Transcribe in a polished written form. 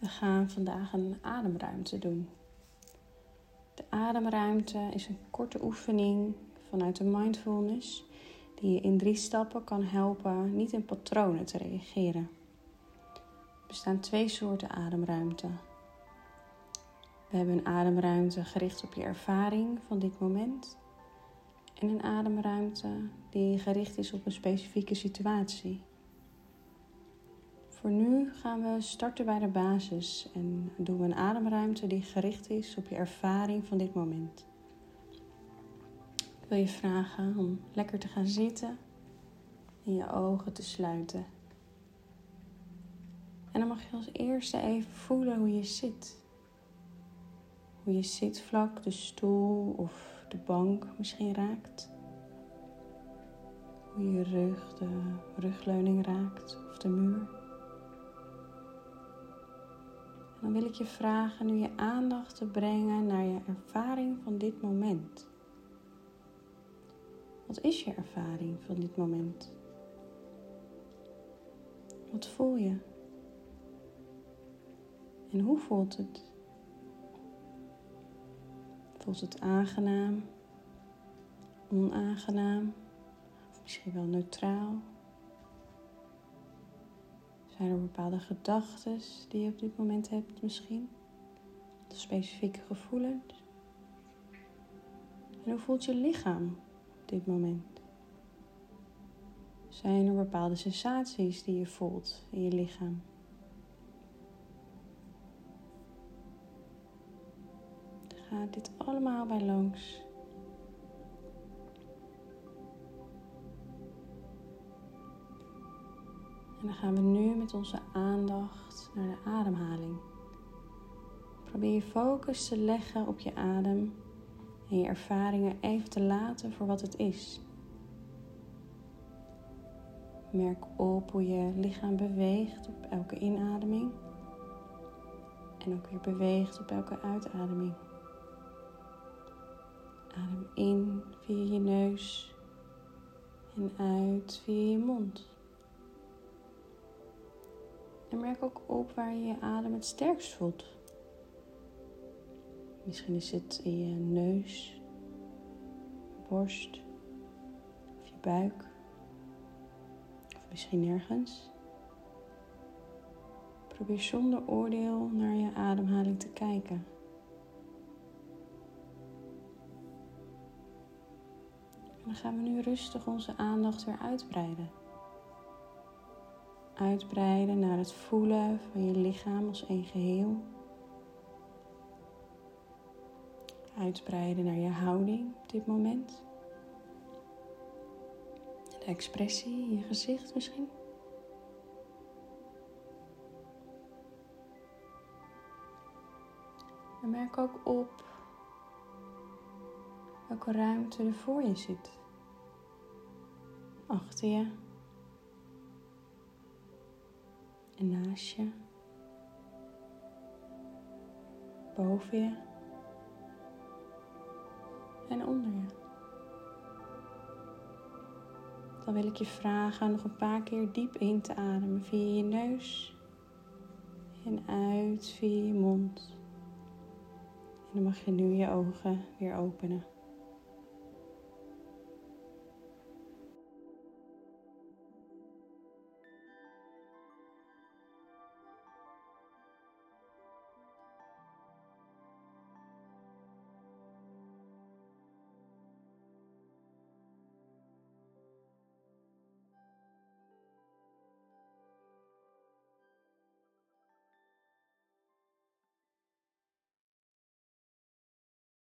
We gaan vandaag een ademruimte doen. De ademruimte is een korte oefening vanuit de mindfulness die je in 3 stappen kan helpen niet in patronen te reageren. Er bestaan 2 soorten ademruimte. We hebben een ademruimte gericht op je ervaring van dit moment en een ademruimte die gericht is op een specifieke situatie. Voor nu gaan we starten bij de basis en doen we een ademruimte die gericht is op je ervaring van dit moment. Ik wil je vragen om lekker te gaan zitten en je ogen te sluiten. En dan mag je als eerste even voelen hoe je zit. Hoe je zitvlak de stoel of de bank misschien raakt. Hoe je rug de rugleuning raakt of de muur. Dan wil ik je vragen nu je aandacht te brengen naar je ervaring van dit moment. Wat is je ervaring van dit moment? Wat voel je? En hoe voelt het? Voelt het aangenaam, onaangenaam of misschien wel neutraal? Zijn er bepaalde gedachten die je op dit moment hebt misschien? Of specifieke gevoelens? En hoe voelt je lichaam op dit moment? Zijn er bepaalde sensaties die je voelt in je lichaam? Ga dit allemaal bij langs. En dan gaan we nu met onze aandacht naar de ademhaling. Probeer je focus te leggen op je adem en je ervaringen even te laten voor wat het is. Merk op hoe je lichaam beweegt op elke inademing en ook weer beweegt op elke uitademing. Adem in via je neus en uit via je mond. En merk ook op waar je je adem het sterkst voelt. Misschien is het in je neus, borst of je buik. Of misschien nergens. Probeer zonder oordeel naar je ademhaling te kijken. En dan gaan we nu rustig onze aandacht weer uitbreiden. Uitbreiden naar het voelen van je lichaam als één geheel. Uitbreiden naar je houding op dit moment. De expressie in je gezicht misschien. En merk ook op welke ruimte er voor je zit. Achter je. En naast je. Boven je. En onder je. Dan wil ik je vragen nog een paar keer diep in te ademen via je neus. En uit via je mond. En dan mag je nu je ogen weer openen.